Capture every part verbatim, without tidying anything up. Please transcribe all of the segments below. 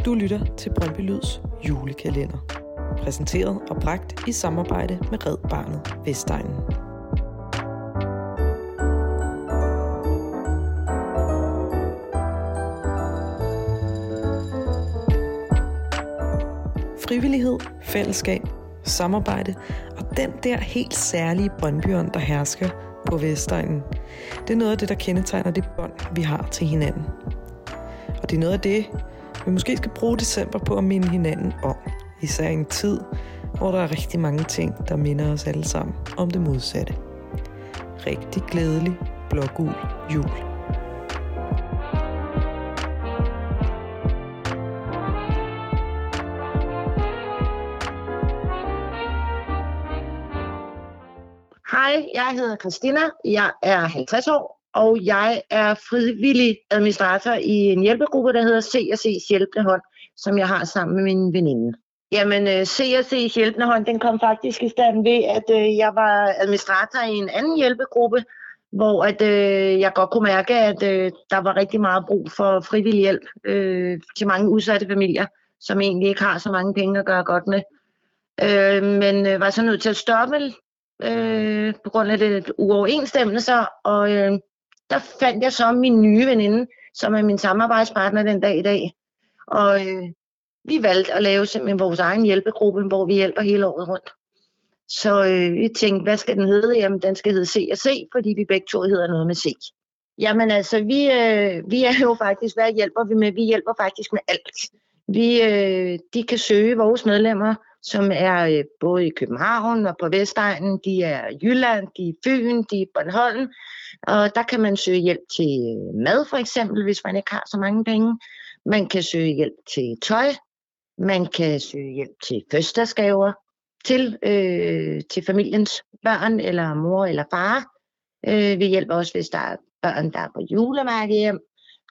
Du lytter til Brøndby Lyds julekalender. Præsenteret og bragt i samarbejde med Red Barnet Vestegnen. Frivillighed, fællesskab, samarbejde og den der helt særlige Brøndbyånd, der hersker på Vestegnen. Det er noget af det, der kendetegner det bånd, vi har til hinanden. Og det er noget af det, vi måske skal bruge december på at minde hinanden om. Især i en tid, hvor der er rigtig mange ting, der minder os alle sammen om det modsatte. Rigtig glædelig blågul jul. Hej, jeg hedder Christina. Jeg er halvtreds år, og jeg er frivillig administrator i en hjælpegruppe, der hedder C og C's Hjælpende Hånd, som jeg har sammen med min veninde. Jamen, C og C's Hjælpende Hånd, den kom faktisk i stand ved, at øh, jeg var administrator i en anden hjælpegruppe, hvor at, øh, jeg godt kunne mærke, at øh, der var rigtig meget brug for frivillig hjælp øh, til mange udsatte familier, som egentlig ikke har så mange penge at gøre godt med. Øh, men øh, var så nødt til at stoppe øh, på grund af det uoverensstemmelser, og øh, der fandt jeg så min nye veninde, som er min samarbejdspartner den dag i dag. Og øh, vi valgte at lave simpelthen vores egen hjælpegruppe, hvor vi hjælper hele året rundt. Så øh, vi tænkte, hvad skal den hedde? Jamen, den skal hedde C og C, fordi vi begge to hedder noget med C. Jamen altså, vi, øh, vi er jo faktisk, hvad hjælper vi med? Vi hjælper faktisk med alt. Vi, øh, de kan søge vores medlemmer, som er øh, både i København og på Vestegnen. De er i Jylland, de er i Fyn, de er i Bornholm. Og der kan man søge hjælp til mad, for eksempel, hvis man ikke har så mange penge. Man kan søge hjælp til tøj. Man kan søge hjælp til fødselsdagsgaver til, øh, til familiens børn, eller mor eller far. Øh, vi hjælper også, hvis der er børn, der er på julemærke hjem.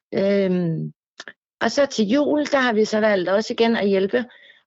Øh, og så til jul, der har vi så valgt også igen at hjælpe.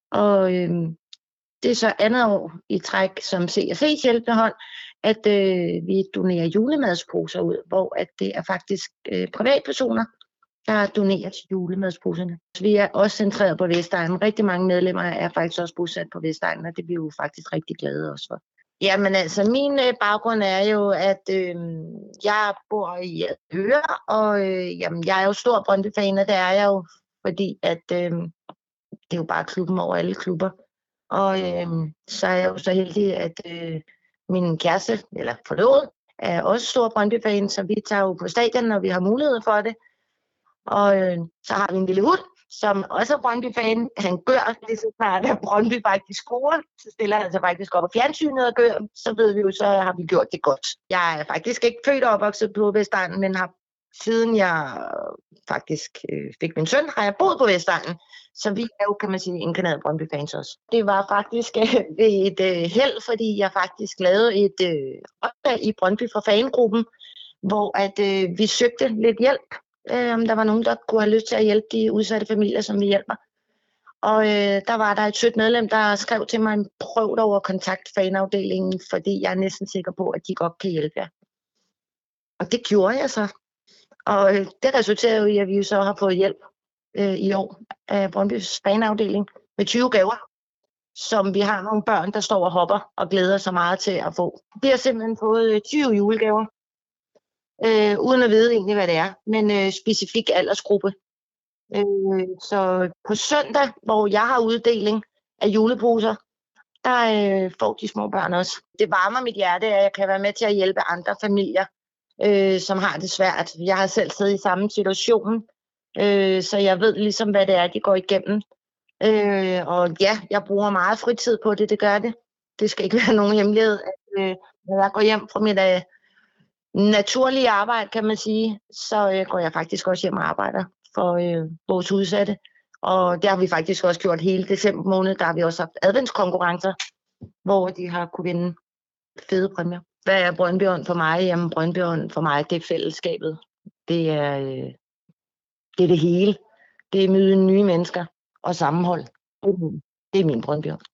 Og øh, det er så andet år i træk som C og C's Hjælpende Hånd, at øh, vi donerer julemadsposer ud, hvor at det er faktisk øh, privatpersoner, der donerer til julemadsposerne. Vi er også centreret på Vestegnen. Rigtig mange medlemmer er faktisk også bosat på Vestegnen, og det er vi jo faktisk rigtig glade også for. Jamen altså, min øh, baggrund er jo, at øh, jeg bor i Høre, og øh, jamen, jeg er jo stor Brøndby-fan, og det er jeg jo, fordi at øh, det er jo bare klubben over alle klubber. Og øh, så er jeg jo så heldig, at øh, min kæreste, eller forlovet, er også stor Brøndby-fan, så vi tager jo på stadion, når vi har mulighed for det. Og øh, så har vi en lille hund, som også er Brøndby-fan. Han gør lige så snart, at Brøndby faktisk scorer. Så stiller han sig faktisk op på fjernsynet og gør. Så ved vi jo, så har vi gjort det godt. Jeg er faktisk ikke født og opvokset på Vestegnen, men har siden jeg faktisk øh, fik min søn, har jeg boet på Vestegnen. Så vi er jo, kan man sige, inkarnerede Brøndby-fans også. Det var faktisk øh, et øh, held, fordi jeg faktisk lavede et øh, opslag i Brøndby fra fangruppen, hvor at, øh, vi søgte lidt hjælp. Øh, om der var nogen, der kunne have lyst til at hjælpe de udsatte familier, som vi hjælper. Og øh, der var der et sødt medlem, der skrev til mig, prøv dog at kontakte fanafdelingen, fordi jeg er næsten sikker på, at de godt kan hjælpe jer. Og det gjorde jeg så. Og øh, det resulterede jo i, at vi så har fået hjælp øh, i år af Brøndbys fanafdeling med tyve gaver, som vi har nogle børn, der står og hopper og glæder sig meget til at få. Vi har simpelthen fået tyve julegaver. Øh, uden at vide egentlig, hvad det er, men øh, specifik aldersgruppe. Øh, så på søndag, hvor jeg har uddeling af juleposer, der øh, får de små børn også. Det varmer mit hjerte, at jeg kan være med til at hjælpe andre familier, øh, som har det svært. Jeg har selv siddet i samme situation, øh, så jeg ved ligesom, hvad det er, de går igennem. Øh, og ja, jeg bruger meget fritid på det, det gør det. Det skal ikke være nogen hemmelighed, at øh, når jeg går hjem fra mit øh, naturlige arbejde, kan man sige, så øh, går jeg faktisk også hjem og arbejder for øh, vores udsatte. Og det har vi faktisk også gjort hele december måned. Der har vi også haft adventskonkurrencer, hvor de har kunne vinde fede præmier. Hvad er Brøndbyånd for mig? Jamen Brøndbyånd for mig, det er fællesskabet. Det er, øh, det er det hele. Det er møde nye mennesker og sammenhold. Det er min Brøndbyånd.